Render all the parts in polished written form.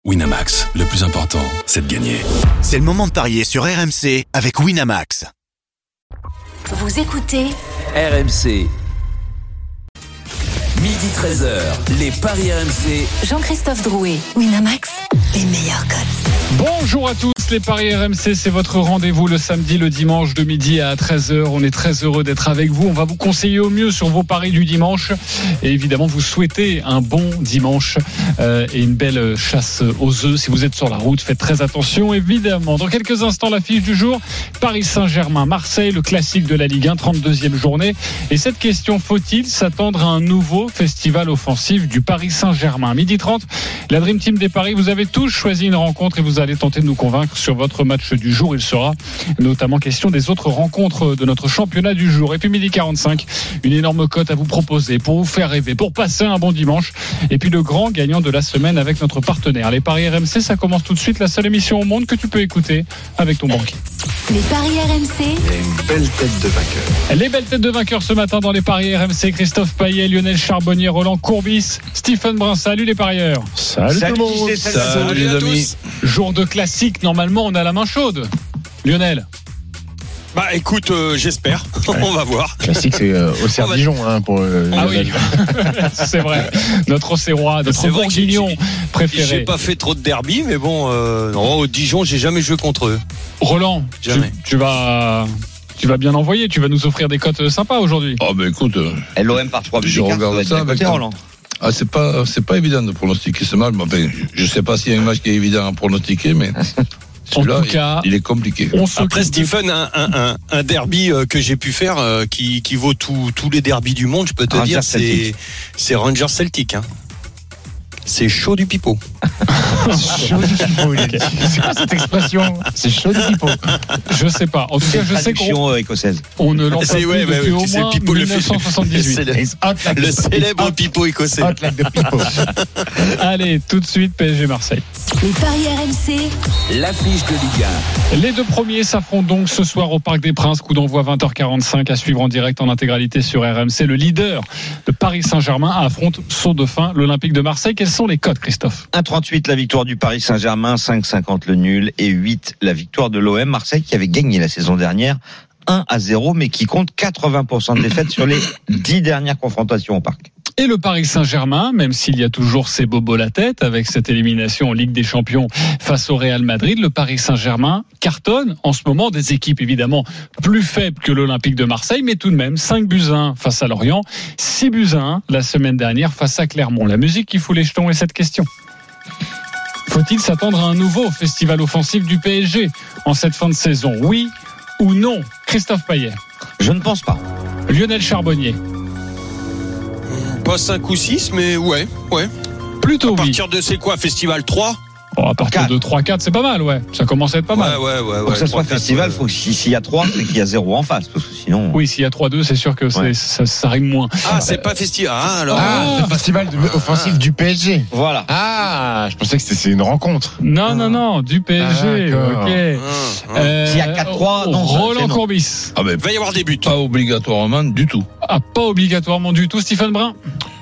Winamax, le plus important, c'est de gagner. C'est le moment de parier sur RMC avec Winamax. Vous écoutez RMC. Midi 13h, les paris RMC. Jean-Christophe Drouet, Winamax, les meilleurs codes. Bonjour à tous, les paris RMC, c'est votre rendez-vous le samedi, le dimanche de midi à 13h. On est très heureux d'être avec vous. On va vous conseiller au mieux sur vos paris du dimanche. Et évidemment, vous souhaitez un bon dimanche et une belle chasse aux œufs. Si vous êtes sur la route, faites très attention, évidemment. Dans quelques instants, l'affiche du jour, Paris Saint-Germain, Marseille, le classique de la Ligue 1, 32e journée. Et cette question, faut-il s'attendre à un nouveau festival offensif du Paris Saint-Germain? Midi 30, la Dream Team des paris, vous avez tous choisi une rencontre et vous allez tenter de nous convaincre sur votre match du jour. Il sera notamment question des autres rencontres de notre championnat du jour. Et puis midi 45, une énorme cote à vous proposer pour vous faire rêver, pour passer un bon dimanche. Et puis le grand gagnant de la semaine avec notre partenaire. Les paris RMC, ça commence tout de suite, la seule émission au monde que tu peux écouter avec ton banquier. Les paris RMC. Il y a une belle tête de vainqueur. Les belles têtes de vainqueurs ce matin dans les paris RMC. Christophe Payet, Lionel Charbonnier, Roland Courbis, Stephen Brun. Salut les parieurs. Salut tout le monde. Salut les amis. Jour de classique, normalement on a la main chaude. Lionel. Bah écoute, j'espère. On va voir. Classique, c'est au Cerf-Dijon pour Ah oui, c'est vrai. Notre Auxerrois, notre Bourguignon préféré. J'ai pas fait trop de derby, mais bon, non, au Dijon, j'ai jamais joué contre eux. Roland, Jamais. tu vas bien envoyer. Tu vas nous offrir des cotes sympas aujourd'hui. Oh ben écoute, L'OM par 3 buts. je regarde ça avec Roland. Ah, c'est pas évident de pronostiquer ce match. Enfin, je sais pas s'il y a un match qui est évident à pronostiquer, mais celui-là, en tout cas, il est compliqué. Après Stephen, un derby que j'ai pu faire qui vaut tous les derbys du monde, je peux te Rangers dire, Celtic. c'est Rangers Celtic. Hein. C'est chaud du pipeau. chaud du pipeau. C'est quoi cette expression? C'est chaud du pipeau. Je sais pas. En tout cas, je sais qu'on écossaise. on ne l'emploie plus depuis au c'est le moins pipeau, 1978. Le célèbre pipeau écossais. Hot like the pipeau. Allez, tout de suite PSG Marseille. Les paris RMC. L'affiche de Ligue 1. Les deux premiers s'affrontent donc ce soir au Parc des Princes. Coup d'envoi 20h45 à suivre en direct en intégralité sur RMC. Le leader de Paris Saint-Germain affronte son dauphin, l'Olympique de Marseille. Quels sont les codes, Christophe? 1,38 la victoire du Paris Saint-Germain, 5,50 le nul et 8 la victoire de l'OM. Marseille qui avait gagné la saison dernière 1-0 mais qui compte 80% de défaites sur les 10 dernières confrontations au Parc. Et le Paris Saint-Germain, même s'il y a toujours ses bobos la tête avec cette élimination en Ligue des Champions face au Real Madrid, le Paris Saint-Germain cartonne en ce moment, des équipes évidemment plus faibles que l'Olympique de Marseille, mais tout de même 5-1 face à Lorient, 6-1 la semaine dernière face à Clermont. La musique qui fout les jetons est cette question. Faut-il s'attendre à un nouveau festival offensif du PSG en cette fin de saison? Oui ou non? Christophe Payet. Je ne pense pas. Lionel Charbonnier. Pas 5 ou 6, mais ouais. Plutôt À oui. partir de c'est quoi, Festival 3? Bon, à partir de 3-4, c'est pas mal, ouais. Ça commence à être pas mal. Ouais. Pour que ça soit 3-4, festival, faut que s'il y a 3, c'est qu'il y a 0 en face. Parce que sinon. Oui, s'il y a 3-2, c'est sûr que Ouais. ça rime moins. Ah, c'est pas festival. Ah, alors. C'est le festival offensif du PSG. Voilà. Ah, je pensais que c'est une rencontre. Non, du PSG. D'accord. Ok. S'il y a 4-3, non, c'est Roland non. Courbis. Ah ben, Il va y avoir des buts. pas obligatoirement du tout. Ah, pas obligatoirement du tout. Stephen Brun.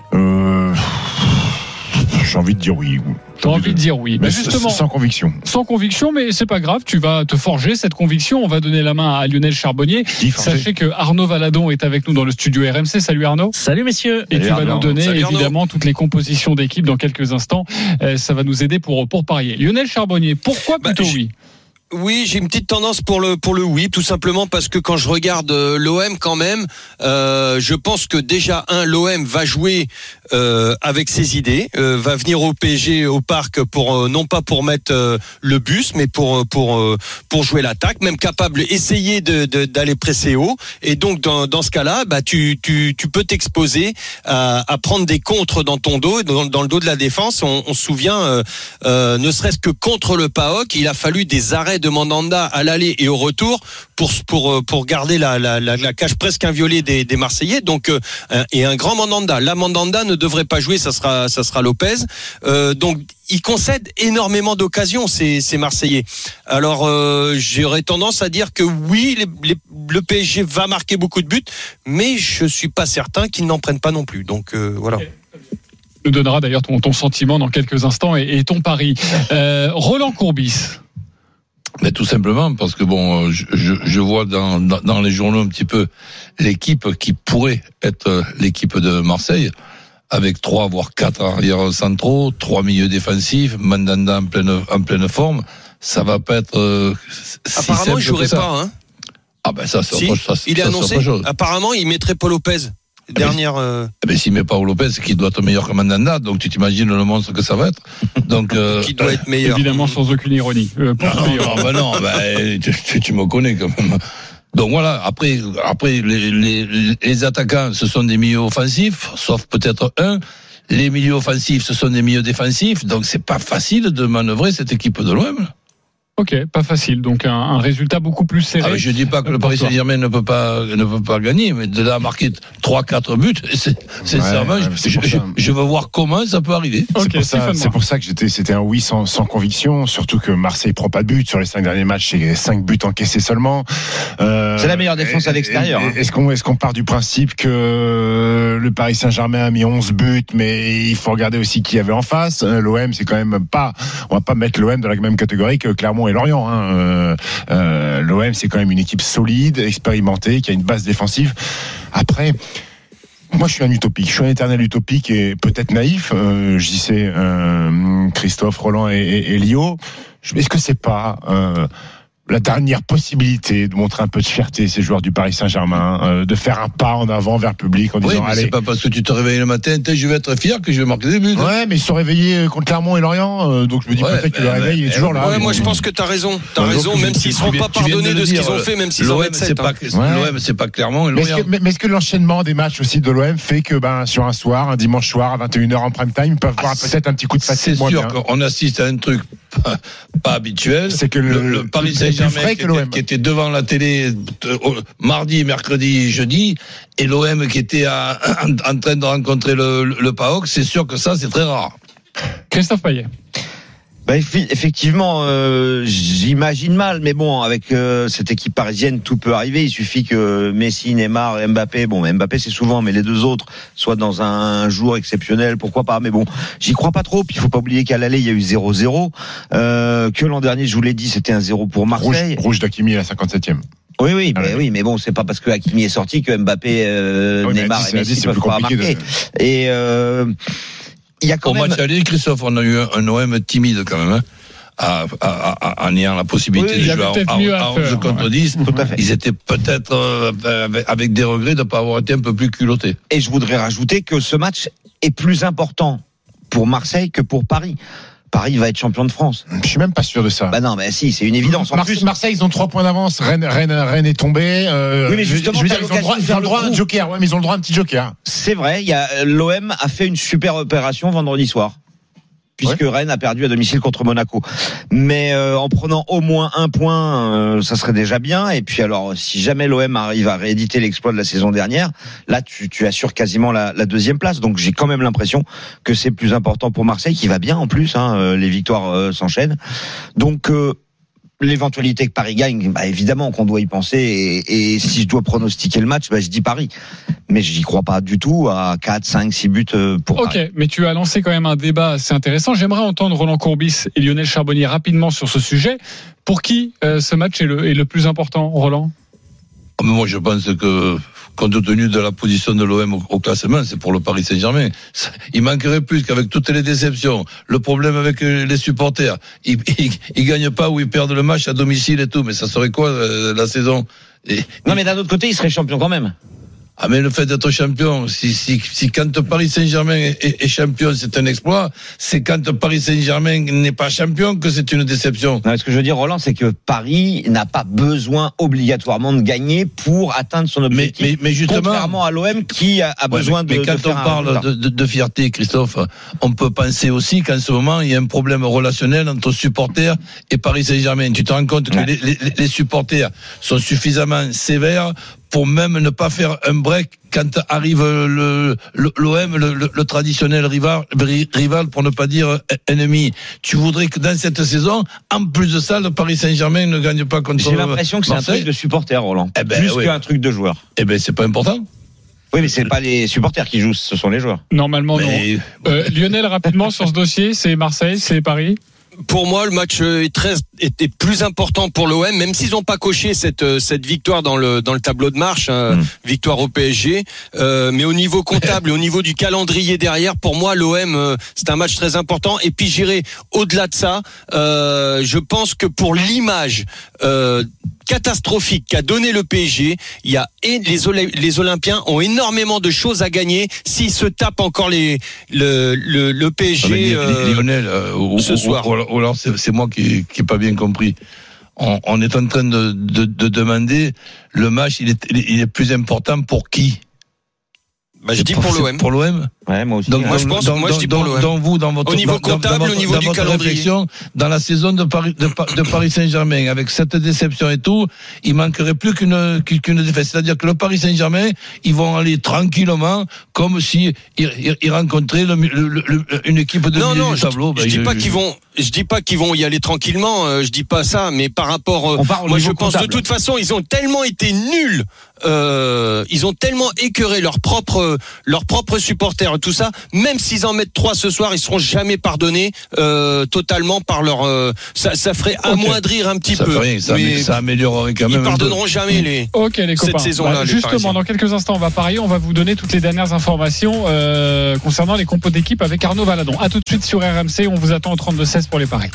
J'ai envie de dire oui. J'ai envie de dire oui. Mais justement, sans conviction. sans conviction, mais c'est pas grave. Tu vas te forger cette conviction. On va donner la main à Lionel Charbonnier. Sachez que Arnaud Valadon est avec nous dans le studio RMC. Salut Arnaud. Salut messieurs. Et tu vas Arnaud. nous donner Salut Arnaud. évidemment toutes les compositions d'équipe dans quelques instants. Ça va nous aider pour parier. Lionel Charbonnier, pourquoi plutôt oui? Oui, j'ai une petite tendance pour le oui, tout simplement parce que quand je regarde l'OM quand même, je pense que déjà l'OM va jouer avec ses idées, va venir au PSG au Parc pour non pas pour mettre le bus, mais pour jouer l'attaque, même capable essayer d'aller presser haut. Et donc dans ce cas-là, bah tu peux t'exposer à prendre des contres dans ton dos, dans le dos de la défense. On se souvient, ne serait-ce que contre le PAOK, il a fallu des arrêts de Mandanda à l'aller et au retour pour garder la cage presque inviolée des Marseillais. Donc et un grand Mandanda. La Mandanda ne devrait pas jouer, ça sera Lopez. Donc ils concèdent énormément d'occasions, ces Marseillais. Alors j'aurais tendance à dire que oui, le PSG va marquer beaucoup de buts, mais je suis pas certain qu'ils n'en prennent pas non plus. Donc voilà. nous donnera d'ailleurs ton sentiment dans quelques instants et ton pari. Roland Courbis. Mais tout simplement parce que bon, je vois dans les journaux un petit peu l'équipe qui pourrait être l'équipe de Marseille, avec 3 voire 4 arrières centraux, 3 milieux défensifs, Mandanda en pleine forme. Ça va pas être apparemment il jouerait pas, hein. Ah ben ça c'est si, autre chose. Il est annoncé. Apparemment il mettrait Paul Lopez. Dernière. Mais s'il met Paul Lopez, qui doit être meilleur que Mandanda, donc tu t'imagines le monstre que ça va être. Donc qui doit être meilleur. Évidemment sans aucune ironie. Tu me connais quand même. Donc voilà. Après les attaquants, ce sont des milieux offensifs, sauf peut-être un. Les milieux offensifs, ce sont des milieux défensifs. Donc c'est pas facile de manœuvrer cette équipe de l'OM. Ok, pas facile. Donc un résultat beaucoup plus serré. Je dis pas que le Paris Saint-Germain ne peut pas gagner, mais de là à marquer 3-4 buts, je veux voir comment ça peut arriver. Okay, c'est pour ça que c'était un oui sans conviction, surtout que Marseille prend pas de but sur les 5 derniers matchs, c'est 5 buts encaissés seulement. C'est la meilleure défense à l'extérieur. Est-ce qu'on part du principe que le Paris Saint-Germain a mis 11 buts, mais il faut regarder aussi qui y avait en face. L'OM, c'est quand même pas, on va pas mettre l'OM dans la même catégorie que Clermont et Lorient. L'OM, c'est quand même une équipe solide, expérimentée, qui a une base défensive. Après, moi, je suis un utopique. Je suis un éternel utopique et peut-être naïf. J'y sais, Christophe, Roland et Lio. Est-ce que c'est pas la dernière possibilité de montrer un peu de fierté ces joueurs du Paris Saint-Germain, de faire un pas en avant vers le public en disant allez. C'est pas parce que tu te réveilles le matin, je vais être fier que je vais marquer des buts. Ouais, mais ils sont réveillés contre Clermont et Lorient, donc je me dis peut-être que le réveil est toujours là. Ouais, moi je pense que t'as raison, même s'ils seront pas pardonnés de ce qu'ils ont fait, même s'ils en mettent 7. L'OM, c'est pas Clermont et Lorient. Mais est-ce que l'enchaînement des matchs aussi de l'OM fait que sur un soir, un dimanche soir à 21h en prime time, ils peuvent voir peut-être un petit coup de fatigue? C'est sûr qu'on assiste à un truc pas habituel. C'est que le Paris Saint-Germain qui était devant la télé mardi, mercredi, jeudi, et l'OM qui était en train de rencontrer le PAOK, c'est sûr que ça, c'est très rare. Christophe Payet. Effectivement, j'imagine mal, mais bon, avec cette équipe parisienne, tout peut arriver. Il suffit que Messi, Neymar et Mbappé, Mbappé c'est souvent, mais les deux autres soient dans un jour exceptionnel, pourquoi pas. Mais bon, j'y crois pas trop. Puis il faut pas oublier qu'à l'aller il y a eu 0-0, que l'an dernier, je vous l'ai dit, c'était un 0 pour Marseille. Rouge d'Hakimi à la 57e. Oui, mais bon, c'est pas parce que Hakimi est sorti que Mbappé, Neymar et Messi peuvent pas marquer. Et il y a quand même... Au match aller, Christophe, on a eu un OM timide quand même, en ayant la possibilité de jouer à 11 contre 10. Ils étaient peut-être avec des regrets de ne pas avoir été un peu plus culottés. Et je voudrais rajouter que ce match est plus important pour Marseille que pour Paris. Paris va être champion de France. Je suis même pas sûr de ça. Non, mais si, c'est une évidence. En plus, Marseille, ils ont 3 points d'avance. Rennes est tombé. Oui, mais justement, ils ont le droit à un joker. Ouais, mais ils ont le droit à un petit joker. C'est vrai. L'OM a fait une super opération vendredi soir, puisque Rennes a perdu à domicile contre Monaco. Mais en prenant au moins un point, ça serait déjà bien. Et puis alors, si jamais l'OM arrive à rééditer l'exploit de la saison dernière, là tu assures quasiment la deuxième place. Donc j'ai quand même l'impression que c'est plus important pour Marseille, qui va bien en plus. Les victoires s'enchaînent. Donc l'éventualité que Paris gagne, évidemment qu'on doit y penser. Et si je dois pronostiquer le match, je dis Paris. Mais j'y crois pas du tout à 4, 5, 6 buts pour Paris. Ok, mais tu as lancé quand même un débat assez intéressant. J'aimerais entendre Roland Courbis et Lionel Charbonnier rapidement sur ce sujet. Pour qui ce match est le plus important, Roland ? Moi, je pense que, compte tenu de la position de l'OM au classement, c'est pour le Paris Saint-Germain. Il manquerait plus qu'avec toutes les déceptions, le problème avec les supporters, ils gagnent pas ou ils perdent le match à domicile et tout. Mais ça serait quoi la saison ? Non, mais d'un autre côté, ils seraient champions quand même. Ah, mais le fait d'être champion, si quand Paris Saint-Germain est champion, c'est un exploit. C'est quand Paris Saint-Germain n'est pas champion que c'est une déception. Non, ce que je veux dire, Roland, c'est que Paris n'a pas besoin obligatoirement de gagner pour atteindre son objectif. Mais justement, contrairement à l'OM qui a besoin de. Mais quand on parle de fierté, Christophe, on peut penser aussi qu'en ce moment, il y a un problème relationnel entre supporters et Paris Saint-Germain. Tu te rends compte que les supporters sont suffisamment sévères pour même ne pas faire un break quand arrive l'OM, le traditionnel rival, pour ne pas dire ennemi. Tu voudrais que dans cette saison, en plus de ça, le Paris Saint-Germain ne gagne pas contre Marseille. J'ai l'impression que c'est un truc de supporter, Roland. Plus qu'un truc de joueur. C'est pas important. Oui, mais c'est pas les supporters qui jouent, ce sont les joueurs. Normalement, non. Lionel, rapidement, sur ce dossier, c'est Marseille, c'est Paris? Pour moi, le match était plus important pour l'OM, même s'ils n'ont pas coché cette victoire dans le tableau de marche, victoire au PSG. Mais au niveau comptable et au niveau du calendrier derrière, pour moi, l'OM, c'est un match très important. Et puis j'irai au-delà de ça. Je pense que pour l'image catastrophique qu'a donné le PSG, il y a les Olympiens ont énormément de choses à gagner s'ils se tapent encore le PSG Lionel, ce soir. Ou alors c'est moi qui n'ai pas bien compris. On est en train de demander le match, il est plus important pour qui? Je dis pour l'OM. Pour l'OM. Ouais, moi aussi. Donc, moi, je dis pour l'OM. Donc vous, dans votre, au niveau comptable, au niveau du calendrier. Réflexion, dans la saison de Paris Saint-Germain, avec cette déception et tout, il manquerait plus qu'une défaite. C'est-à-dire que le Paris Saint-Germain, ils vont aller tranquillement, comme si ils rencontraient une équipe de milieu du tableau. Je dis pas qu'ils vont y aller tranquillement. Je dis pas ça, mais par rapport, moi je pense de toute façon, ils ont tellement été nuls. Ils ont tellement écœuré leurs propres supporters, tout ça. Même s'ils en mettent 3 ce soir, ils seront jamais pardonnés totalement par leur. Ça ferait amoindrir un petit peu. Fait rien, ça améliorerait quand même. Ils pardonneront jamais les copains. Cette saison-là. Justement, dans quelques instants, on va parier. On va vous donner toutes les dernières informations concernant les compos d'équipe avec Arnaud Valadon. À tout de suite sur RMC. On vous attend au 32-16 pour les paris.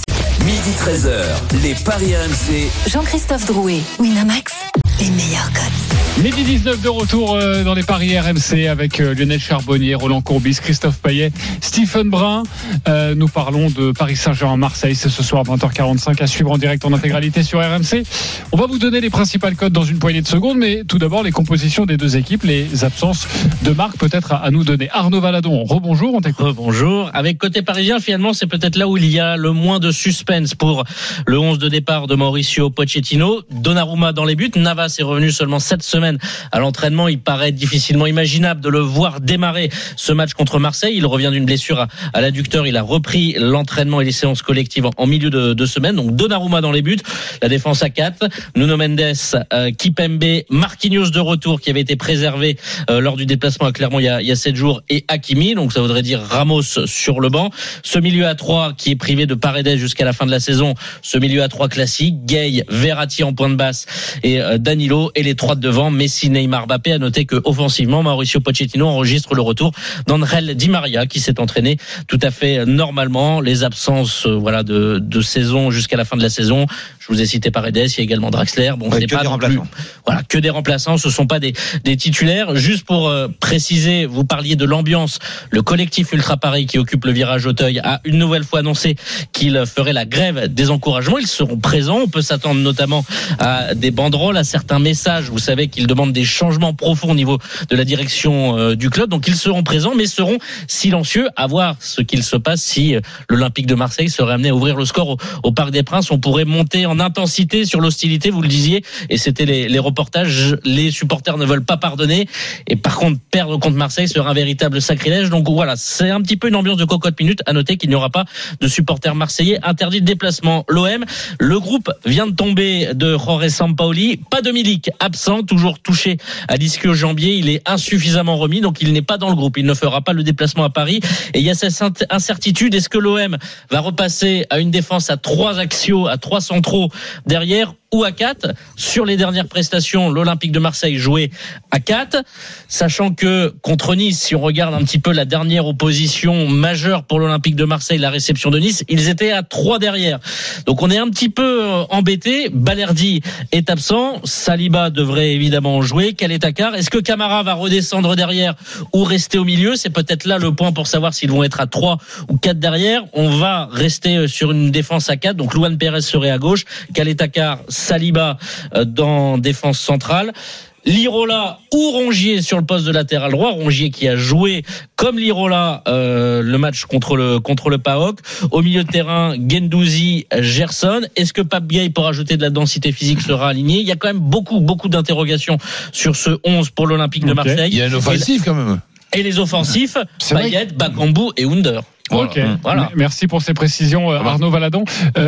Midi 13h, les paris RMC. Jean-Christophe Drouet, Winamax, les meilleurs codes. Midi 19 de retour dans les paris RMC avec Lionel Charbonnier, Roland Courbis, Christophe Payet, Stephen Brun. Nous parlons de Paris Saint-Germain-Marseille. C'est ce soir 20h45 à suivre en direct en intégralité sur RMC. On va vous donner les principales codes dans une poignée de secondes, mais tout d'abord les compositions des deux équipes, les absences de marque peut-être à nous donner. Arnaud Valadon, rebonjour, on t'écoute. Bonjour. Avec côté parisien, finalement, c'est peut-être là où il y a le moins de suspense pour le 11 de départ de Mauricio Pochettino. Donnarumma dans les buts. Navas est revenu seulement cette semaine à l'entraînement. Il paraît difficilement imaginable de le voir démarrer ce match contre Marseille. Il revient d'une blessure à l'adducteur. Il a repris l'entraînement et les séances collectives en milieu de semaine. Donc Donnarumma dans les buts. La défense à 4. Nuno Mendes, Kipembe, Marquinhos de retour qui avait été préservé lors du déplacement à Clermont il y a 7 jours et Hakimi. Donc ça voudrait dire Ramos sur le banc. Ce milieu à 3 qui est privé de Paredes jusqu'à la fin de la saison. Ce milieu à 3 classique. Gay, Verratti en point de basse et Danilo. Et les 3 de devant, Messi, Neymar, Mbappé. À noter que offensivement, Mauricio Pochettino enregistre le retour d'Angel Di Maria qui s'est entraîné tout à fait normalement. Les absences de saison jusqu'à la fin de la saison. Je vous ai cité Paredes, il y a également Draxler. Bon, c'est pas non plus, que des remplaçants. Ce sont pas des titulaires. Juste pour préciser, vous parliez de l'ambiance. Le collectif Ultra Paris qui occupe le virage Auteuil a une nouvelle fois annoncé qu'il ferait la grève des encouragements. Ils seront présents. On peut s'attendre notamment à des banderoles, à certains messages. Vous savez qu'ils demandent des changements profonds au niveau de la direction du club. Donc ils seront présents, mais seront silencieux. À voir ce qu'il se passe si l'Olympique de Marseille serait amené à ouvrir le score au Parc des Princes. On pourrait monter en intensité sur l'hostilité, vous le disiez, et c'était les reportages. Les supporters ne veulent pas pardonner, et par contre perdre contre Marseille serait un véritable sacrilège. Donc voilà, c'est un petit peu une ambiance de cocotte minute. À noter qu'il n'y aura pas de supporters marseillais interdits de déplacement. L'OM, le groupe vient de tomber de Jorge Sampaoli. Pas de Milik, absent, toujours touché à l'ischio-jambier. Il est insuffisamment remis, donc il n'est pas dans le groupe. Il ne fera pas le déplacement à Paris. Et il y a cette incertitude. Est-ce que l'OM va repasser à une défense à 3 axiaux, à 3 centraux derrière, ou à 4? Sur les dernières prestations, l'Olympique de Marseille jouait à 4, sachant que contre Nice, si on regarde un petit peu la dernière opposition majeure pour l'Olympique de Marseille, la réception de Nice, ils étaient à 3 derrière. Donc on est un petit peu embêté. Balerdi est absent, Saliba devrait évidemment jouer. Kaletakar, est-ce que Camara va redescendre derrière ou rester au milieu? C'est peut-être là le point pour savoir s'ils vont être à 3 ou 4 derrière. On va rester sur une défense à 4, donc Luan Pérez serait à gauche, Kaletakar, Saliba dans défense centrale. Lirola ou Rongier sur le poste de latéral droit. Rongier qui a joué comme Lirola le match contre le PAOK. Au milieu de terrain, Guendouzi, Gerson. Est-ce que Pape Gueye, pour ajouter de la densité physique, sera aligné? Il y a quand même beaucoup d'interrogations sur ce 11 pour l'Olympique de Marseille. Il y a une offensive quand même. Et les offensifs, Payet, Bakambu et Under. Voilà. Merci pour ces précisions, Arnaud Valadon.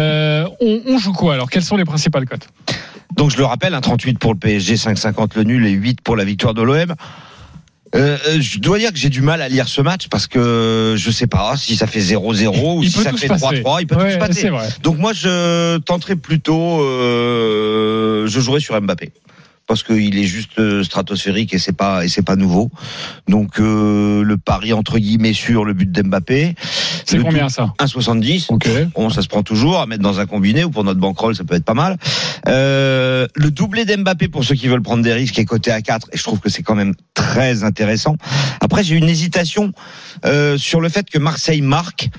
On joue quoi alors? Quelles sont les principales cotes? Donc je le rappelle, 1,38 pour le PSG, 5,50 le nul et 8 pour la victoire de l'OM. Je dois dire que j'ai du mal à lire ce match parce que je sais pas si ça fait 0-0 ou si ça fait 3-3, il peut tout se passer. C'est vrai. Donc moi je tenterai plutôt je jouerai sur Mbappé. Parce qu'il est juste stratosphérique et c'est pas nouveau. Donc le pari entre guillemets sur le but d'Mbappé. C'est combien ça ? 1,70. Okay. Bon, ça se prend toujours à mettre dans un combiné ou pour notre bankroll ça peut être pas mal. Le doublé d'Mbappé pour ceux qui veulent prendre des risques est coté à 4 et je trouve que c'est quand même très intéressant. Après j'ai une hésitation sur le fait que Marseille marque.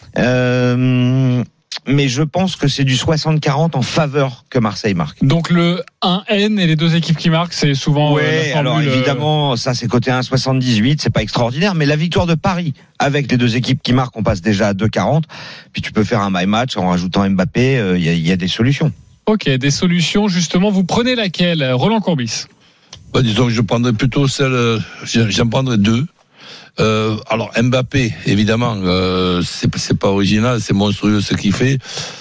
Mais je pense que c'est du 60-40 en faveur que Marseille marque. Donc le 1N et les deux équipes qui marquent, c'est souvent ouais, alors évidemment, ça c'est côté 1,78, c'est pas extraordinaire, mais la victoire de Paris avec les deux équipes qui marquent, on passe déjà à 2,40. Puis tu peux faire un my match en rajoutant Mbappé, il y a des solutions. Ok, des solutions justement, vous prenez laquelle, Roland Courbis ? Disons que je prendrais plutôt celle, j'en prendrais deux. Alors Mbappé, évidemment, c'est pas original, c'est monstrueux ce qu'il fait.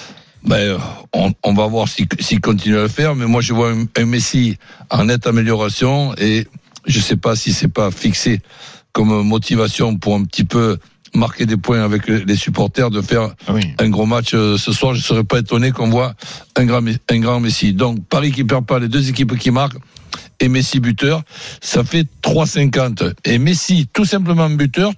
On va voir s'il continue à le faire, mais moi je vois un Messi en nette amélioration et je sais pas si c'est pas fixé comme motivation pour un petit peu marquer des points avec les supporters de faire un gros match ce soir. Je serais pas étonné qu'on voit un grand Messi. Donc Paris qui perd pas, les deux équipes qui marquent et Messi buteur, ça fait 3,50. Et Messi tout simplement buteur,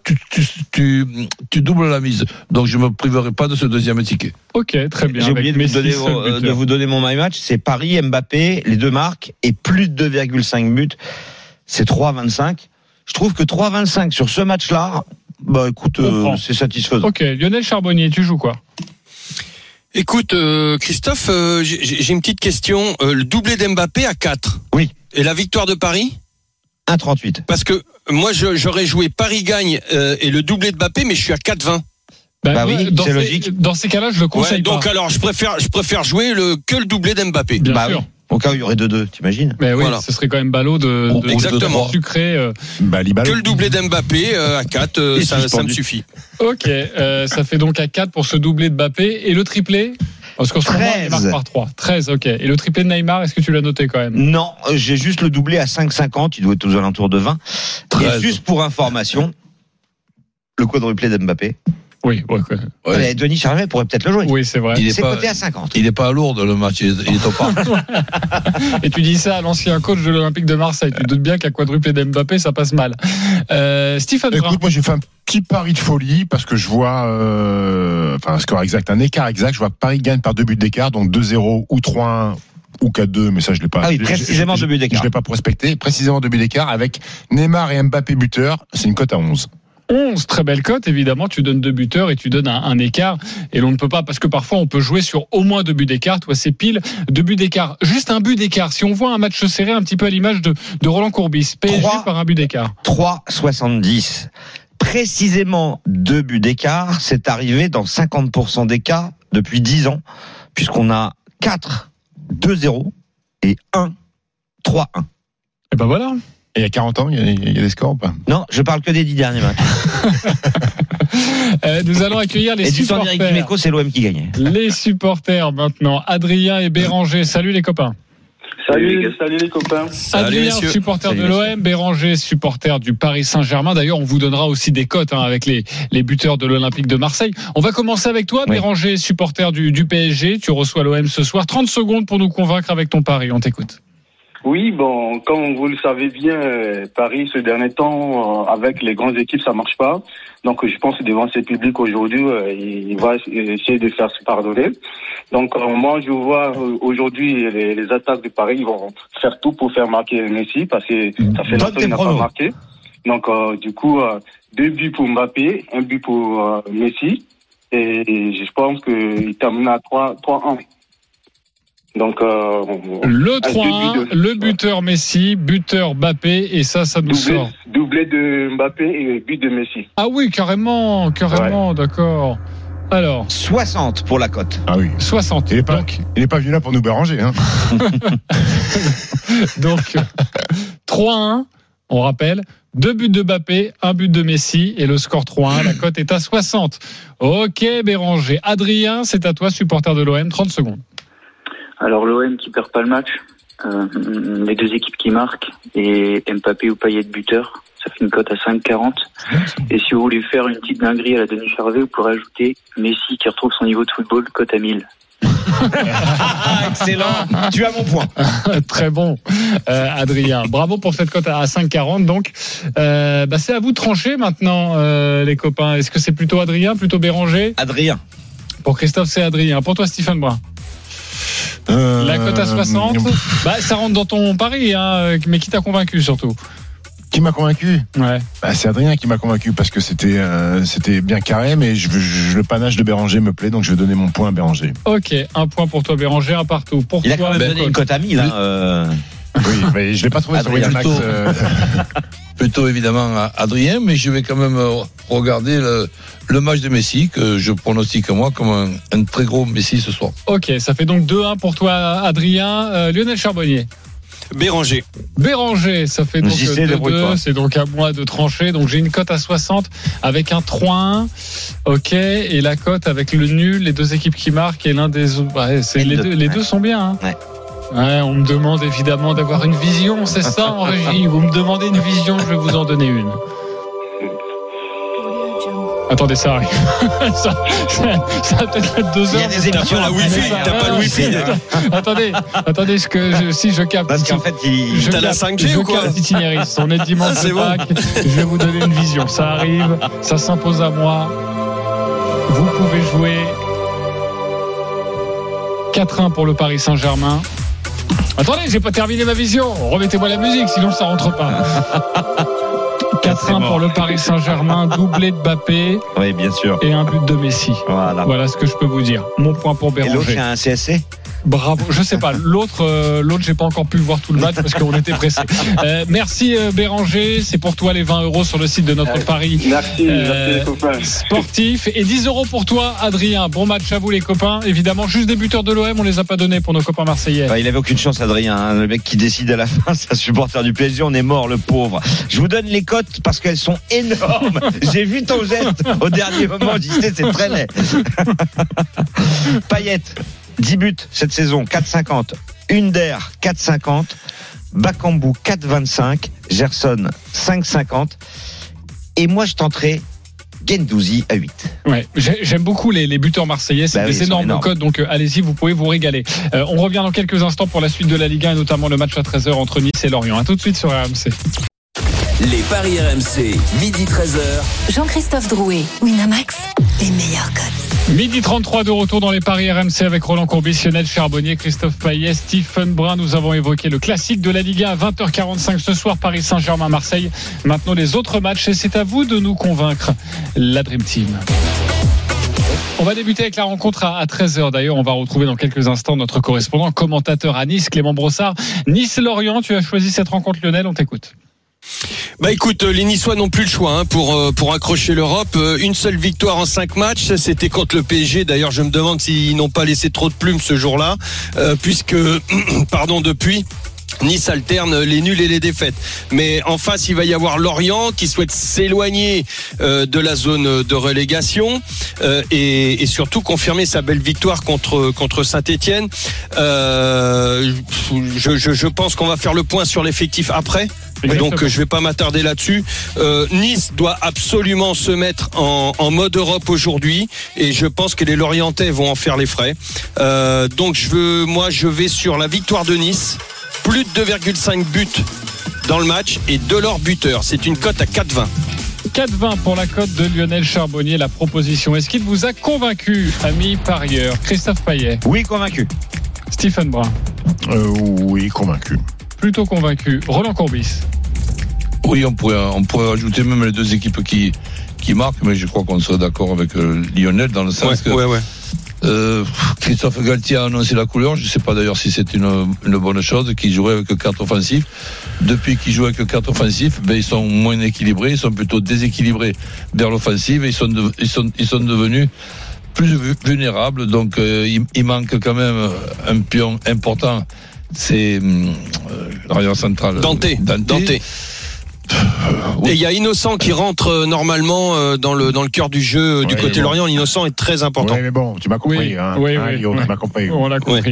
tu doubles la mise. Donc je me priverai pas de ce deuxième ticket. Ok, très bien. J'ai oublié de vous donner mon my match, c'est Paris, Mbappé, les deux marques et plus de 2,5 buts. C'est 3,25. Je trouve que 3,25 sur ce match-là, écoute, c'est satisfaisant. Ok, Lionel Charbonnier, tu joues quoi ? Écoute, Christophe, j'ai une petite question. Le doublé d'Mbappé à 4. Oui. Et la victoire de Paris ? 1,38. Parce que moi, j'aurais joué Paris gagne et le doublé de Mbappé, mais je suis à 4,20. Oui, c'est logique. Dans ces cas-là, je le conseille pas. Donc alors, je préfère jouer que le doublé d'Mbappé. Bien sûr. Oui. Au cas où il y aurait 2-2, t'imagines ? Mais oui, ce serait quand même ballot de exactement. Sucré. Que le doublé d'Mbappé à 4, ça me suffit. Ok, ça fait donc à 4 pour ce doublé de Mbappé. Et le triplé ? Parce qu'en ce moment, il marque par 3. 13, ok. Et le triplé de Neymar, est-ce que tu l'as noté quand même ? Non, j'ai juste le doublé à 5,50, il doit être aux alentours de 20. 13. Et juste pour information, le quadruplé d'Mbappé. Oui, ouais. Denis Charvet pourrait peut-être le jouer. Oui, c'est vrai. C'est coté à 50. Il n'est pas à Lourdes le match, il est au parc. Et tu dis ça à l'ancien coach de l'Olympique de Marseille. Tu te doutes bien qu'à quadruplé d'Mbappé, ça passe mal. Stephen Brun. Écoute, moi j'ai fait un petit pari de folie parce que je vois un score exact, un écart exact. Je vois Paris gagne par 2 buts d'écart, donc 2-0 ou 3-1 ou 4-2, mais ça je l'ai pas. Ah oui, précisément 2 buts d'écart. Je l'ai pas prospecté. Précisément 2 buts d'écart avec Neymar et Mbappé buteurs. C'est une cote à 11. 11, très belle cote, évidemment, tu donnes 2 buteurs et tu donnes un écart, et l'on ne peut pas, parce que parfois on peut jouer sur au moins 2 buts d'écart, toi c'est pile 2 buts d'écart, juste un but d'écart, si on voit un match serré un petit peu à l'image de Roland Courbis, PSG par un but d'écart. 3,70. Précisément 2 buts d'écart, c'est arrivé dans 50% des cas depuis 10 ans, puisqu'on a 4, 2-0 et 1, 3-1. Et ben voilà. Et il y a 40 ans, il y a des scores ou pas ? Non, je parle que des 10 derniers matchs. Nous allons accueillir les supporters. Et du temps d'Éric Dimeco, c'est l'OM qui gagnait. Les supporters maintenant. Adrien et Béranger. Salut les copains. Salut les copains. Adrien, supporter de l'OM, Béranger, supporter du Paris Saint-Germain. D'ailleurs, on vous donnera aussi des cotes avec les buteurs de l'Olympique de Marseille. On va commencer avec toi, Béranger, supporter du PSG. Tu reçois l'OM ce soir. 30 secondes pour nous convaincre avec ton pari. On t'écoute. Oui, comme vous le savez bien, Paris, ce dernier temps, avec les grandes équipes, ça marche pas. Donc, je pense que devant ce public aujourd'hui, il va essayer de faire se pardonner. Donc, moi, je vois aujourd'hui les attaques de Paris, ils vont faire tout pour faire marquer Messi, parce que ça fait longtemps qu'il n'a pas marqué. Donc, du coup, 2 buts pour Mbappé, 1 but pour Messi, et je pense qu'il termine à 3-1. Donc, le 3-1, le buteur Messi, buteur Mbappé, et ça nous sort. Doublé de Mbappé et but de Messi. Ah oui, carrément, ouais. D'accord. Alors 60 pour la cote. Ah oui. 60. Il n'est pas venu là pour nous béranger. Hein. Donc 3-1, on rappelle. 2 buts de Mbappé, 1 but de Messi et le score 3-1. La cote est à 60. Ok, Béranger. Adrien, c'est à toi, supporter de l'OM. 30 secondes. Alors l'OM qui perd pas le match, les deux équipes qui marquent et Mbappé ou Payet buteur, Ça fait une cote à 5,40. Et si vous voulez faire une petite dinguerie à la Denis Charvet, vous pourrez ajouter Messi qui retrouve son niveau de football, cote à 1000. Excellent, tu as mon point. Très bon, Adrien. Bravo pour cette cote à 5,40. Donc, c'est à vous de trancher maintenant, les copains. Est-ce que c'est plutôt Adrien, plutôt Béranger ? Adrien. Pour Christophe, c'est Adrien. Pour toi, Stephen Brun ? La cote à 60, ça rentre dans ton pari, hein, mais qui t'a convaincu surtout ? Qui m'a convaincu ? Ouais. C'est Adrien qui m'a convaincu parce que c'était bien carré, mais le panache de Béranger me plaît, donc je vais donner mon point à Béranger. Ok, un point pour toi Béranger, un partout. Pour il toi, a quand même une cote à 1000. Oui, mais je l'ai pas trouvé sur Winamax. Plutôt évidemment Adrien, mais je vais quand même regarder le match de Messi que je pronostique moi comme un très gros Messi ce soir. Ok, ça fait donc 2-1 pour toi Adrien. Lionel Charbonnier. Béranger, ça fait donc 2-2, c'est donc à moi de trancher. Donc j'ai une cote à 60 avec un 3-1. Ok, et la cote avec le nul, les deux équipes qui marquent et l'un des autres. Les deux sont bien. Hein. Ouais, on me demande évidemment d'avoir une vision, c'est ça en régie. Vous me demandez une vision, je vais vous en donner une. Attendez, ça arrive. ça va peut-être mettre 2 heures. Il y a des émissions à Wi-Fi, t'as pas le Wi-Fi. Attendez, si je capte. Parce qu'en fait, t'as la 5G ou quoi ? Itinéris. On est dimanche de Pâques. Je vais vous donner une vision. Ça arrive, ça s'impose à moi. Vous pouvez jouer 4-1 pour le Paris Saint-Germain. Attendez, j'ai pas terminé ma vision. Remettez-moi la musique, sinon ça rentre pas. 4-1 pour le Paris Saint-Germain, doublé de Mbappé. Oui, bien sûr. Et un but de Messi. Voilà ce que je peux vous dire. Mon point pour Béranger. Et l'autre, il y a un CSC ? Bravo, je sais pas. L'autre, j'ai pas encore pu voir tout le match parce qu'on était pressés. Merci Béranger, c'est pour toi les 20 € sur le site de notre pari. Merci les copains. Sportif et 10 € pour toi, Adrien. Bon match à vous les copains. Évidemment, juste des buteurs de l'OM, on les a pas donnés pour nos copains marseillais. Il avait aucune chance, Adrien. Hein. Le mec qui décide à la fin, c'est un supporter du PSG. On est mort, le pauvre. Je vous donne les cotes parce qu'elles sont énormes. J'ai vu ton geste au dernier moment. Je disais, c'est très laid. Payet. 10 buts cette saison, 4,50. Under, 4,50. Bakambu, 4,25. Gerson, 5,50. Et moi, je tenterai Guendouzi à 8. Ouais, j'aime beaucoup les buteurs marseillais. C'est des énormes codes, donc allez-y, vous pouvez vous régaler. On revient dans quelques instants pour la suite de la Ligue 1 et notamment le match à 13h entre Nice et Lorient. A tout de suite sur RMC. Les paris RMC, midi 13h. Jean-Christophe Drouet, Winamax, les meilleurs codes. Midi 33 de retour dans les paris RMC avec Roland Courbis, Lionel Charbonnier, Christophe Payet, Stephen Brun. Nous avons évoqué le classique de la Ligue 1 à 20h45 ce soir, Paris Saint-Germain-Marseille. Maintenant les autres matchs et c'est à vous de nous convaincre, la Dream Team. On va débuter avec la rencontre à 13h. D'ailleurs, on va retrouver dans quelques instants notre correspondant, commentateur à Nice, Clément Brossard. Nice-Lorient, tu as choisi cette rencontre, Lionel, on t'écoute. Écoute, les Niçois n'ont plus le choix pour accrocher l'Europe. Une seule victoire en 5 matchs, c'était contre le PSG. D'ailleurs, je me demande s'ils n'ont pas laissé trop de plumes ce jour-là, puisque depuis Nice alterne les nuls et les défaites. Mais en face, il va y avoir Lorient qui souhaite s'éloigner de la zone de relégation et surtout confirmer sa belle victoire contre Saint-Etienne. Je pense qu'on va faire le point sur l'effectif après. Exactement. Donc je vais pas m'attarder là-dessus. Nice doit absolument se mettre en mode Europe aujourd'hui et je pense que les Lorientais vont en faire les frais. Donc je vais sur la victoire de Nice. Plus de 2,5 buts dans le match et de leur buteur. C'est une cote à 4,20. 4,20 pour la cote de Lionel Charbonnier, la proposition. Est-ce qu'il vous a convaincu, ami parieur? Christophe Payet? Oui, convaincu. Stephen Brun? Oui, convaincu. Plutôt convaincu. Roland Courbis? Oui, on pourrait ajouter même les deux équipes qui marquent, mais je crois qu'on serait d'accord avec Lionel dans le sens que Christophe Galtier a annoncé la couleur. Je ne sais pas d'ailleurs si c'est une bonne chose qu'il jouerait avec 4 offensifs. Depuis qu'ils jouent avec 4 offensifs, ils sont moins équilibrés, ils sont plutôt déséquilibrés vers l'offensive et ils sont devenus plus vulnérables. Donc il manque quand même un pion important, c'est l'arrière central. Dante. Et il y a Innocent qui rentre normalement dans le cœur du jeu du côté Lorient. Innocent est très important. Oui, mais bon, tu m'as compris. Lyon, tu m'as compris. On l'a compris.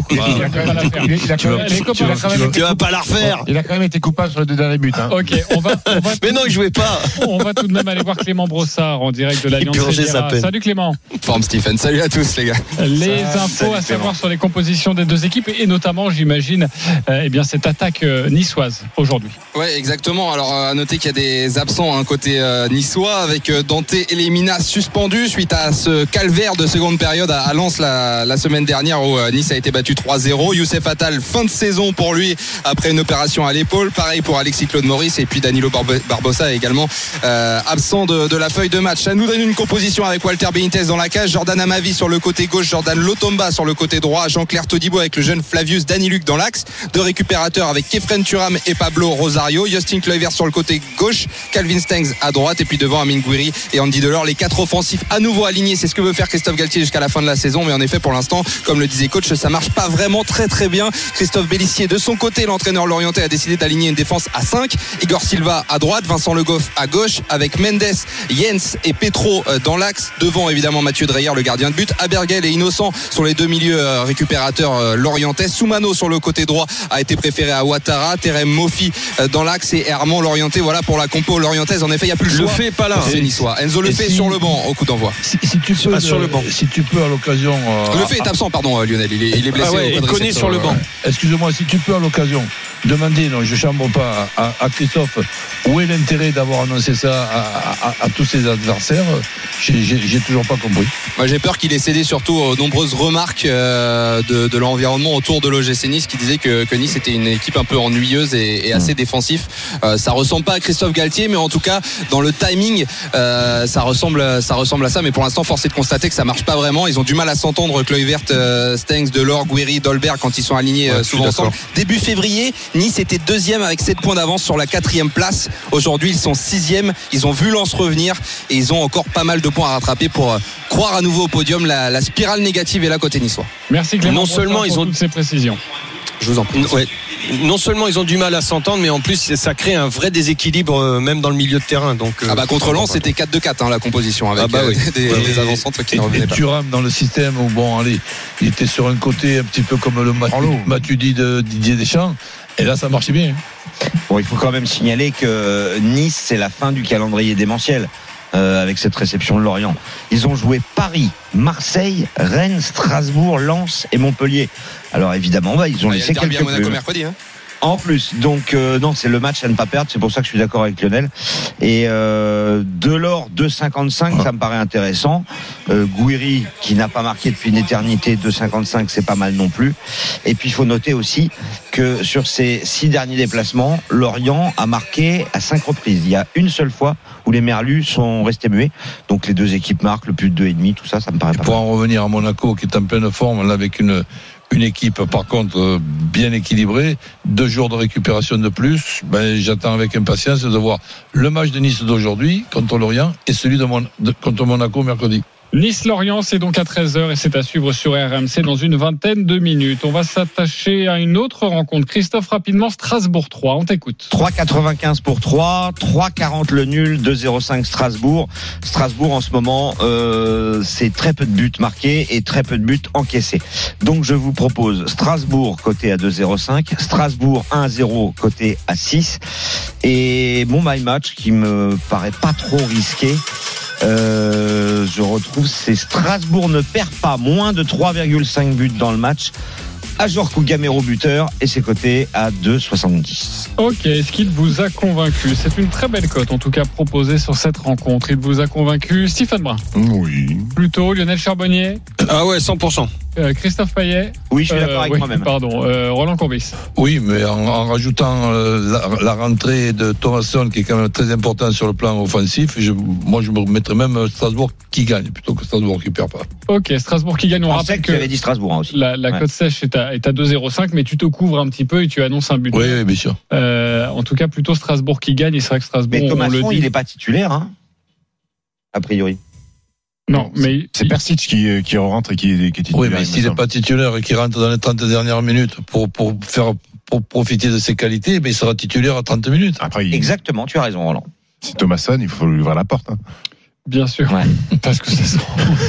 Tu vas pas la refaire. Il a quand même été coupable sur les 2 derniers buts. Ok, on va mais non, il jouait pas. On va tout de même aller voir Clément Brossard en direct de l'Alliance Riviera. Salut Clément. Forme Stephen. Salut à tous les gars. Les infos à savoir sur les compositions des 2 équipes et notamment, j'imagine, cette attaque niçoise aujourd'hui. Ouais, exactement. Alors à noter qu'il y a des absents côté niçois avec Dante et Lemina suspendus suite à ce calvaire de seconde période à Lens la semaine dernière où Nice a été battu 3-0. Youssef Attal, fin de saison pour lui après une opération à l'épaule. Pareil pour Alexis Claude Maurice et puis Danilo Barbosa également absent de la feuille de match. Ça nous donne une composition avec Walter Benitez dans la cage, Jordan Amavi sur le côté gauche, Jordan Lotomba sur le côté droit, Jean-Claire Todibo avec le jeune Flavius Daniluc dans l'axe, 2 récupérateurs avec Kefren Thuram et Pablo Rosario, Justin Kluivert sur le côté gauche, Calvin Stengs à droite et puis devant Amine Gouiri et Andy Delors, les 4 offensifs à nouveau alignés. C'est ce que veut faire Christophe Galtier jusqu'à la fin de la saison, mais en effet pour l'instant, comme le disait coach, ça marche pas vraiment très bien. Christophe Bellissier de son côté, l'entraîneur lorientais a décidé d'aligner une défense à 5, Igor Silva à droite, Vincent Le Goff à gauche avec Mendes, Jens et Petro dans l'axe, devant évidemment Mathieu Dreyer le gardien de but, Abergel et Innocent sur les 2 milieux récupérateurs lorientais, Soumano sur le côté droit a été préféré à Ouattara, Terem Mofi dans l'axe et Herman Lorientais. Voilà pour la compo lorientaise. En effet, il n'y a plus le choix. Le fait est pas là. C'est niçois. Enzo Le fait sur le banc au coup d'envoi. Si tu peux, sur le banc. Si tu peux à l'occasion. Le fait est absent, pardon, Lionel. Il est blessé. Il connaît sur le banc. Excuse-moi, si tu peux à l'occasion demander, non, je chambre pas à Christophe, où est l'intérêt d'avoir annoncé ça à tous ses adversaires. J'ai toujours pas compris. Moi, j'ai peur qu'il ait cédé surtout aux nombreuses remarques de l'environnement autour de l'OGC Nice qui disait que Nice était une équipe un peu ennuyeuse et assez défensif. Ça ressemble pas à Christophe Galtier, mais en tout cas dans le timing ça ressemble à ça, mais pour l'instant force est de constater que ça marche pas vraiment. Ils ont du mal à s'entendre, Kluivert, Stengs, Delors, Gouiri, Dolberg quand ils sont alignés souvent ensemble. Début février, Nice était 2e avec 7 points d'avance sur la 4e place. Aujourd'hui ils sont 6e, ils ont vu Lens revenir et ils ont encore pas mal de points à rattraper pour croire à nouveau au podium. La spirale négative est là côté niçois. Merci Clément. Non seulement ils ont toutes ces précisions. Je vous en prie. Ouais. Non seulement ils ont du mal à s'entendre, mais en plus ça crée un vrai déséquilibre même dans le milieu de terrain. Donc contre Lens c'était 4-2-4 la composition avec des avant-centres qui ne revenaient pas. Thuram dans le système où il était sur un côté un petit peu comme le Matuidi de Didier Deschamps. Et là, ça marchait bien. Bon, il faut quand même signaler que Nice, c'est la fin du calendrier démentiel avec cette réception de Lorient. Ils ont joué Paris, Marseille, Rennes, Strasbourg, Lens et Montpellier. Alors évidemment, ils ont laissé quelques Monaco mercredi. En plus, donc non, c'est le match à ne pas perdre. C'est pour ça que je suis d'accord avec Lionel. Et Delors 2,55, ça me paraît intéressant. Gouiri qui n'a pas marqué depuis une éternité, 2,55, c'est pas mal non plus. Et puis il faut noter aussi que sur ces 6 derniers déplacements, Lorient a marqué à 5 reprises. Il y a une seule fois où les Merlus sont restés muets. Donc les 2 équipes marquent le plus de 2,5. Tout ça, ça me paraît pas mal. Pour en revenir à Monaco qui est en pleine forme, là avec une équipe par contre bien équilibrée, 2 jours de récupération de plus. J'attends avec impatience de voir le match de Nice d'aujourd'hui contre Lorient et celui contre Monaco mercredi. Nice-Lorient, c'est donc à 13h et c'est à suivre sur RMC dans une vingtaine de minutes. On va s'attacher à une autre rencontre. Christophe, rapidement, Strasbourg 3, on t'écoute. 3,95 pour 3, 3,40 le nul, 2,05 Strasbourg. Strasbourg en ce moment, c'est très peu de buts marqués et très peu de buts encaissés. Donc je vous propose Strasbourg côté à 2,05, Strasbourg 1-0 côté à 6 et mon my match qui me paraît pas trop risqué. Je retrouve c'est Strasbourg ne perd pas, moins de 3,5 buts dans le match. Ajorco Gamero buteur et ses cotés à 2,70. Ok, est-ce qu'il vous a convaincu? C'est une très belle cote en tout cas proposée sur cette rencontre. Il vous a convaincu, Stephen Brun? Oui. Plutôt Lionel Charbonnier? Ah ouais, 100%. Christophe Payet? Oui, je suis d'accord avec moi-même. Pardon, Roland Courbis? Oui, mais en rajoutant la rentrée de Thomasson qui est quand même très important sur le plan offensif, moi je me mettrais même Strasbourg qui gagne plutôt que Strasbourg qui perd pas. Ok, Strasbourg qui gagne. On rappelle que tu avais dit Strasbourg aussi. La cote sèche est à 2,05, mais tu te couvres un petit peu et tu annonces un but. Oui, bien sûr. En tout cas, plutôt Strasbourg qui gagne. Et c'est vrai que Strasbourg, mais Thomasson, on le dit, il n'est pas titulaire, a priori. Non, mais c'est Persic qui rentre et qui est titulaire. Oui, mais s'il n'est pas titulaire et qui rentre dans les 30 dernières minutes pour pour profiter de ses qualités, mais il sera titulaire à 30 minutes. Après, Exactement, tu as raison, Roland. C'est Thomasson, il faut lui ouvrir la porte. Bien sûr. Parce que ça sent.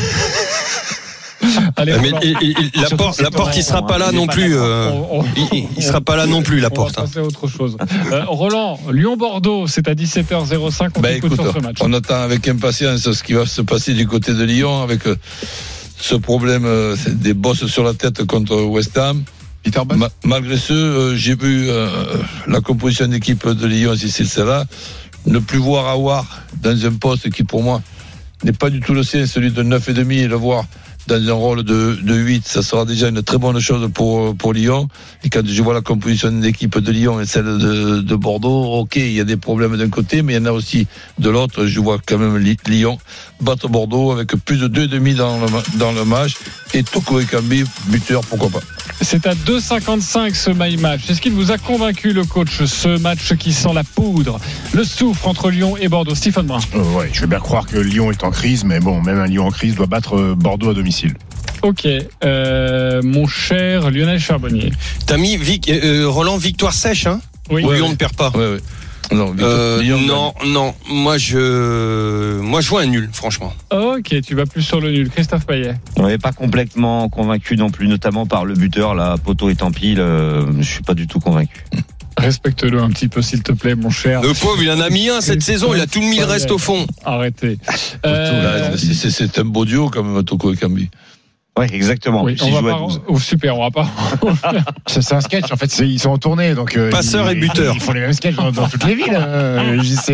Allez, mais la porte, il sera pas là non plus. Il sera pas là non plus, la porte. On va passer à autre chose. Roland, Lyon-Bordeaux, c'est à 17h05. On t'écoute sur ce match. On attend avec impatience ce qui va se passer du côté de Lyon avec ce problème des bosses sur la tête contre West Ham. Malgré ce, j'ai vu la composition d'équipe de Lyon, si c'est celle-là, ne plus voir Aouar dans un poste qui pour moi n'est pas du tout le sien, celui de 9,5, et le voir dans un rôle de 8, ça sera déjà une très bonne chose pour Lyon. Et quand je vois la composition d'équipe de Lyon et celle de Bordeaux, ok, il y a des problèmes d'un côté, mais il y en a aussi de l'autre. Je vois quand même Lyon battre Bordeaux avec plus de 2,5 dans le match, et Toko Ekambi buteur, pourquoi pas. C'est à 2,55 ce my match. Est-ce qu'il vous a convaincu, le coach, ce match qui sent la poudre, le soufre entre Lyon et Bordeaux? Stephen Brun. Ouais, je veux bien croire que Lyon est en crise, mais bon, même un Lyon en crise doit battre Bordeaux à domicile. Ok, mon cher Lionel Charbonnier. T'as mis Roland, victoire sèche, hein? Oui. Lyon ne perd pas. Oui. Non, moi je vois un nul, franchement. Ok, tu vas plus sur le nul. Christophe Payet. On n'est pas complètement convaincu non plus, notamment par le buteur, là, Poto et Tampil. Je suis pas du tout convaincu. Respecte-le un petit peu, s'il te plaît, mon cher. Le pauvre, il en a mis un cette saison, il a tout mis le reste au fond. Arrêtez. C'est un beau duo quand même, Toko Ekambi. Oui, exactement. Oui, on va pas. Super, on va pas. C'est un sketch, en fait. Ils sont en tournée, donc. Passeur et buteur. Ils font les mêmes sketchs dans toutes les villes. J'y sais.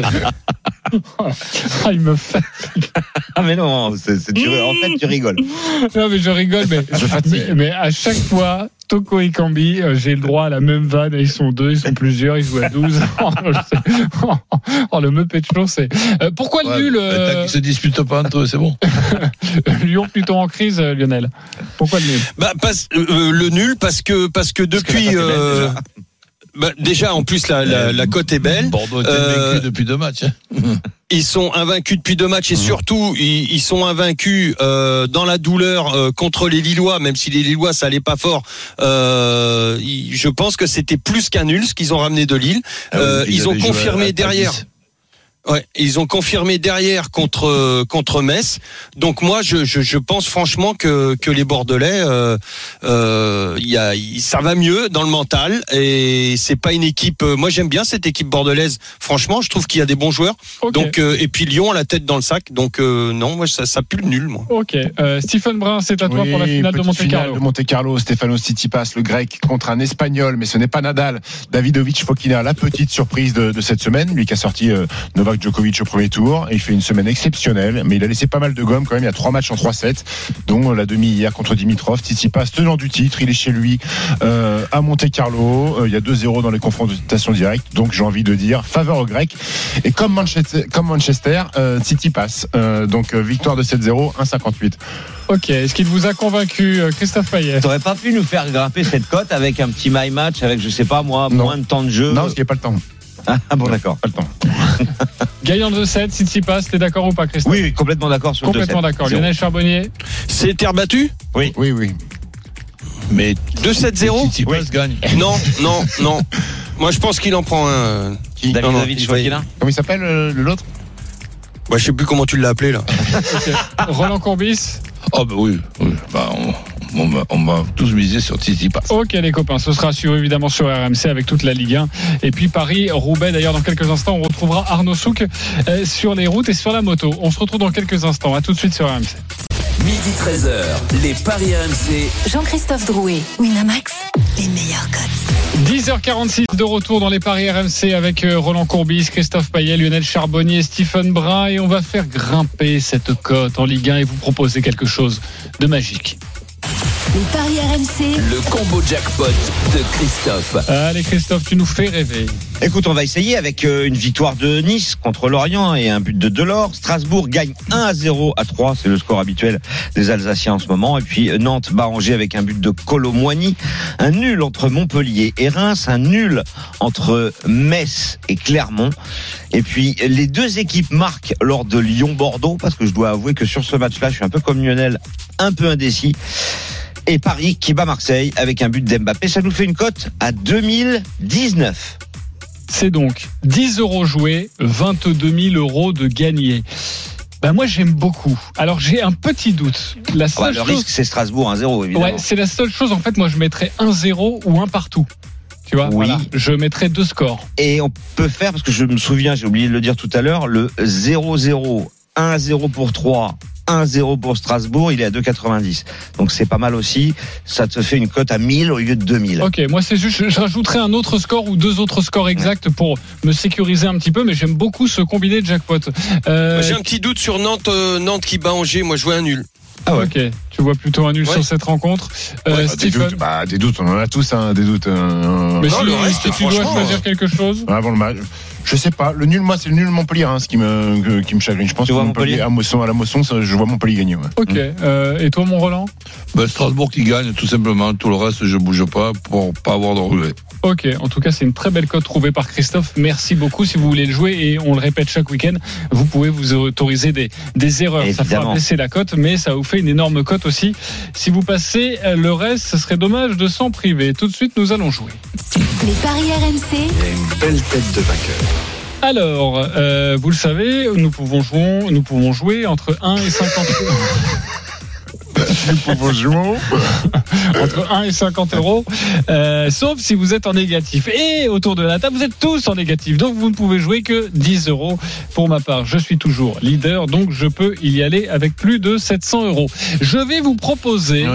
Il me fait. Ah mais non, en fait tu rigoles. Non mais je rigole, mais à chaque fois, Toko et Kambi, j'ai le droit à la même vanne. Ils sont deux, ils sont plusieurs, ils jouent à 12. Le meupé de chaud, c'est. Pourquoi le nul Ils se disputent pas entre eux, c'est bon. Lyon plutôt en crise, Lionel. Pourquoi le nul? Le nul parce que depuis. Déjà, en plus, la cote est belle. Bordeaux est invaincu depuis 2 matchs. Ils sont invaincus depuis 2 matchs et surtout, ils sont invaincus dans la douleur contre les Lillois, même si les Lillois, ça allait pas fort. Je pense que c'était plus qu'un nul, ce qu'ils ont ramené de Lille. Ils ont confirmé derrière. Ouais, ils ont confirmé derrière contre Metz. Donc moi, je pense franchement que les Bordelais, ça va mieux dans le mental et c'est pas une équipe. Moi, j'aime bien cette équipe bordelaise. Franchement, je trouve qu'il y a des bons joueurs. Okay. Donc et puis Lyon a la tête dans le sac. Donc non, moi ça pue le nul, moi. Ok. Stephen Brun, c'est à toi pour la finale de Monte-Carlo. De Monte-Carlo, Stefanos Tsitsipas, le Grec contre un Espagnol, mais ce n'est pas Nadal. Davidovich Fokina, la petite surprise de cette semaine, lui qui a sorti Novak Djokovic au premier tour, et il fait une semaine exceptionnelle, mais il a laissé pas mal de gomme quand même. Il y a 3 matchs en 3-7, dont la demi hier contre Dimitrov. Tsitsipas, tenant du titre, il est chez lui à Monte-Carlo. Il y a 2-0 dans les confrontations directes, donc j'ai envie de dire faveur aux Grecs. Et comme Manchester, Tsitsipas. Donc victoire de 7-0, 1,58. Ok, est-ce qu'il vous a convaincu, Christophe Payet? T'aurais pas pu nous faire grimper cette cote avec un petit my match, avec je sais pas moi, moins de temps de jeu? Non, parce qu'il n'y a pas le temps. Ah bon, d'accord, pas le temps. Gagnant de 7, Tsitsipas, t'es d'accord ou pas, Christophe? Oui, complètement d'accord sur le 2-7. Complètement d'accord. Lionel Charbonnier? C'est terre battue? Oui. Mais 2-7-0? Tsitsipas gagne. Non. Moi, je pense qu'il en prend un. Davidovich Fokina. Comment il s'appelle l'autre? Je sais plus comment tu l'as appelé là. Okay. Roland Courbis? Oh bah oui. On va tous miser sur Tsitsipas. Ok les copains, ce sera évidemment sur RMC avec toute la Ligue 1 et puis Paris-Roubaix. D'ailleurs dans quelques instants on retrouvera Arnaud Souk sur les routes et sur la moto. On se retrouve dans quelques instants, à tout de suite sur RMC. Midi 13h, les Paris RMC. Jean-Christophe Drouet, Winamax, les meilleurs codes. 10h46 de retour dans les Paris RMC avec Roland Courbis, Christophe Payet, Lionel Charbonnier, Stephen Brun, et on va faire grimper cette cote en Ligue 1 et vous proposer quelque chose de magique. Les Paris RMC. Le combo jackpot de Christophe. Allez Christophe, tu nous fais rêver. Écoute, on va essayer avec une victoire de Nice contre Lorient et un but de Delors. Strasbourg gagne 1-0 à 3, c'est le score habituel des Alsaciens en ce moment. Et puis Nantes bat Angers avec un but de Colomboigny. Un nul entre Montpellier et Reims, un nul entre Metz et Clermont. Et puis les deux équipes marquent lors de Lyon-Bordeaux, parce que je dois avouer que sur ce match-là, je suis un peu comme Lionel, un peu indécis. Et Paris qui bat Marseille avec un but d'Mbappé. Ça nous fait une cote à 2019. C'est donc 10 € joués, 22 000 € de gagnés. Ben moi j'aime beaucoup. Alors j'ai un petit doute. La seule le risque c'est Strasbourg 1-0 évidemment. Ouais, c'est la seule chose en fait. Moi je mettrais 1-0 ou 1 partout. Tu vois, oui. Voilà, je mettrais 2 scores. Et on peut faire, parce que je me souviens, j'ai oublié de le dire tout à l'heure, le 0-0, 1-0 pour 3, 1-0 pour Strasbourg, il est à 2,90. Donc c'est pas mal aussi. Ça te fait une cote à 1000 au lieu de 2000. Ok, moi c'est juste, je rajouterai un autre score ou 2 autres scores exacts pour me sécuriser un petit peu, mais j'aime beaucoup ce combiné de jackpot. J'ai un petit doute sur Nantes qui bat Angers. Moi je vois un nul. Ah ouais. Ok, tu vois plutôt un nul sur cette rencontre. Stephen, des doutes, on en a tous des doutes. Mais non, le reste, tu dois choisir quelque chose avant le match. Je sais pas. Le nul, moi, c'est le nul Montpellier, ce qui me chagrine. Je pense que Montpellier à la Mosson, je vois Montpellier gagner. Ouais. Ok. Et toi, mon Roland? Strasbourg qui gagne, tout simplement. Tout le reste, je bouge pas pour pas avoir de regret. Ok. En tout cas, c'est une très belle cote trouvée par Christophe. Merci beaucoup. Si vous voulez le jouer, et on le répète chaque week-end, vous pouvez vous autoriser des erreurs. Évidemment. Ça fera baisser la cote, mais ça vous fait une énorme cote aussi. Si vous passez le reste, ce serait dommage de s'en priver. Tout de suite, nous allons jouer. Les paris RMC. Il y a une belle tête de vainqueur. Alors, vous le savez, nous pouvons jouer entre 1 et 50 euros. Nous pouvons jouer entre 1 et 50 €, sauf si vous êtes en négatif. Et autour de la table, vous êtes tous en négatif. Donc, vous ne pouvez jouer que 10 €. Pour ma part, je suis toujours leader, donc je peux y aller avec plus de 700 €. Je vais vous proposer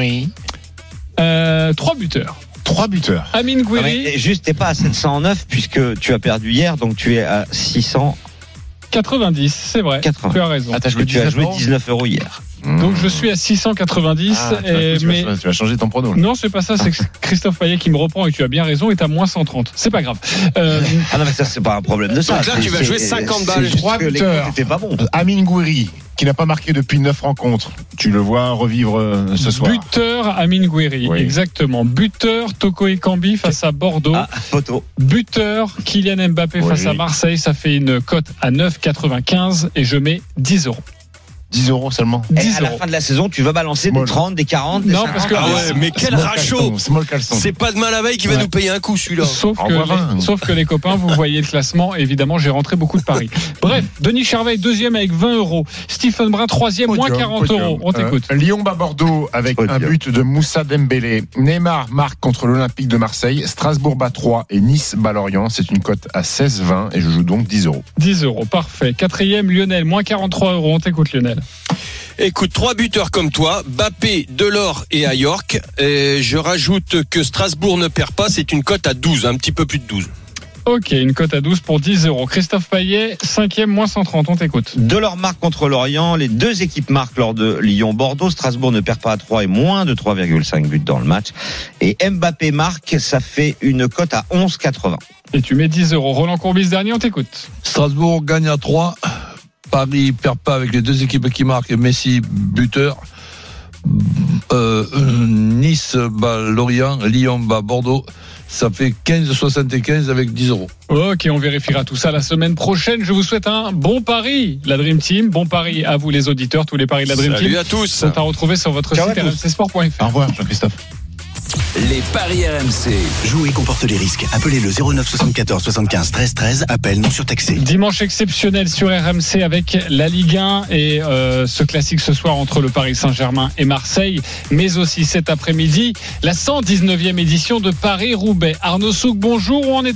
3 buteurs. 3 buteurs. Amine Gouiri. Juste, t'es pas à 709 puisque tu as perdu hier, donc tu es à 690. C'est vrai. 80. Tu as raison. Parce que tu as joué 19 € hier. Donc je suis à 690. Tu vas changer ton prono. Non, c'est pas ça. C'est Christophe Payet qui me reprend et tu as bien raison. Est à moins 130. C'est pas grave. Ah non, mais ça c'est pas un problème de ça. Donc là, tu vas jouer 50 balles. 3 buteurs. C'était pas bon. Amine Gouiri, qui n'a pas marqué depuis 9 rencontres. Tu le vois revivre ce soir. Buteur Amine Gouiri, oui. Exactement. Buteur Toko Ekambi face à Bordeaux. Photo. Buteur Kylian Mbappé face à Marseille. Ça fait une cote à 9,95 et je mets 10 €. 10 € seulement. Et à la fin de la saison, tu vas balancer des 30, des 40, des 50. Parce que mais quel rachot. C'est pas demain la veille qui va nous payer un coup celui-là. Sauf que les copains, vous voyez le classement. Évidemment, j'ai rentré beaucoup de paris. Bref, Denis Charvet, 2e avec 20 €. Stephen Brun, 3e, moins 40 €. On t'écoute. Lyon bat Bordeaux avec un but de Moussa Dembélé. Neymar marque contre l'Olympique de Marseille. Strasbourg bat 3 et Nice bat Lorient. C'est une cote à 16,20 et je joue donc 10 €. 10 €, parfait. 4e, Lionel, moins 43 €. On t'écoute, Lionel. Écoute, 3 buteurs comme toi, Bappé, Delors et à York. Et je rajoute que Strasbourg ne perd pas, c'est une cote à 12, un petit peu plus de 12. Ok, une cote à 12 pour 10 €. Christophe Payet, 5e, moins 130, on t'écoute. Delors marque contre Lorient, les deux équipes marquent lors de Lyon-Bordeaux. Strasbourg ne perd pas à 3 et moins de 3,5 buts dans le match. Et Mbappé marque, ça fait une cote à 11,80. Et tu mets 10 €. Roland Courbis, dernier, on t'écoute. Strasbourg gagne à 3. Paris perd pas avec les deux équipes qui marquent et Messi buteur. Nice bat Lorient, Lyon bat Bordeaux. Ça fait 15,75 avec 10 €. Ok, on vérifiera tout ça la semaine prochaine. Je vous souhaite un bon pari, la Dream Team. Bon pari à vous les auditeurs, tous les paris de la Dream Team. Salut à tous. Sont à retrouver sur votre site rmcsport.fr. Au revoir, Jean-Christophe. Les paris RMC. Jouer comporte les risques. Appelez le 09 74 75 13 13. Appel non surtaxé. Dimanche exceptionnel sur RMC avec la Ligue 1 et ce classique ce soir entre le Paris Saint-Germain et Marseille. Mais aussi cet après-midi, la 119e édition de Paris-Roubaix. Arnaud Souk, bonjour, où en est-on ?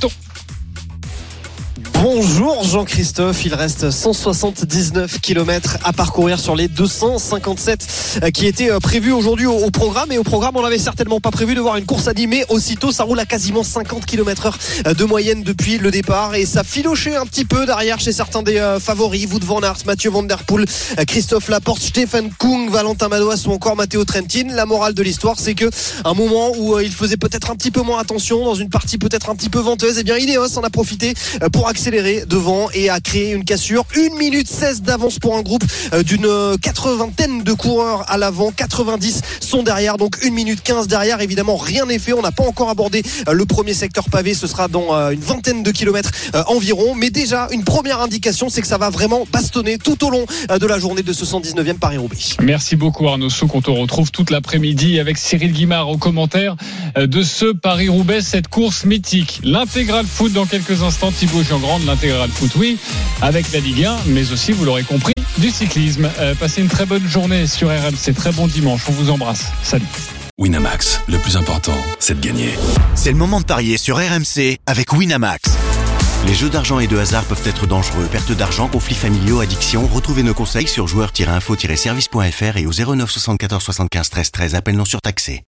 Bonjour Jean-Christophe, il reste 179 km à parcourir sur les 257 qui étaient prévus aujourd'hui au programme. Et au programme, on n'avait certainement pas prévu de voir une course animée aussitôt. Ça roule à quasiment 50 km/h de moyenne depuis le départ. Et ça filochait un petit peu derrière chez certains des favoris. Wout van Aert, Mathieu Van Der Poel, Christophe Laporte, Stefan Kung, Valentin Madouas ou encore Matteo Trentin. La morale de l'histoire, c'est que un moment où il faisait peut-être un petit peu moins attention, dans une partie peut-être un petit peu venteuse, eh bien Ineos en a profité pour accélérer accéléré devant et a créé une cassure. 1 minute 16 d'avance pour un groupe d'une 80aine de coureurs à l'avant, 90 sont derrière, donc 1 minute 15 derrière. Évidemment, rien n'est fait, on n'a pas encore abordé le premier secteur pavé, ce sera dans une vingtaine de kilomètres environ, mais déjà une première indication, c'est que ça va vraiment bastonner tout au long de la journée de ce 119e Paris-Roubaix. Merci beaucoup Arnaud Souk, on te retrouve toute l'après-midi avec Cyril Guimard au commentaire de ce Paris-Roubaix, cette course mythique. L'intégral foot dans quelques instants, Thibaut Jean-Grande, l'intégral foot oui, avec la Ligue 1, mais aussi vous l'aurez compris, du cyclisme. Passez une très bonne journée sur RMC, très bon dimanche, on vous embrasse, salut. Winamax, le plus important, c'est de gagner. C'est le moment de parier sur RMC avec Winamax. Les jeux d'argent et de hasard peuvent être dangereux. Perte d'argent, conflits familiaux, addiction. Retrouvez nos conseils sur joueurs-info-service.fr et au 09 74 75 13 13. Appel non surtaxé.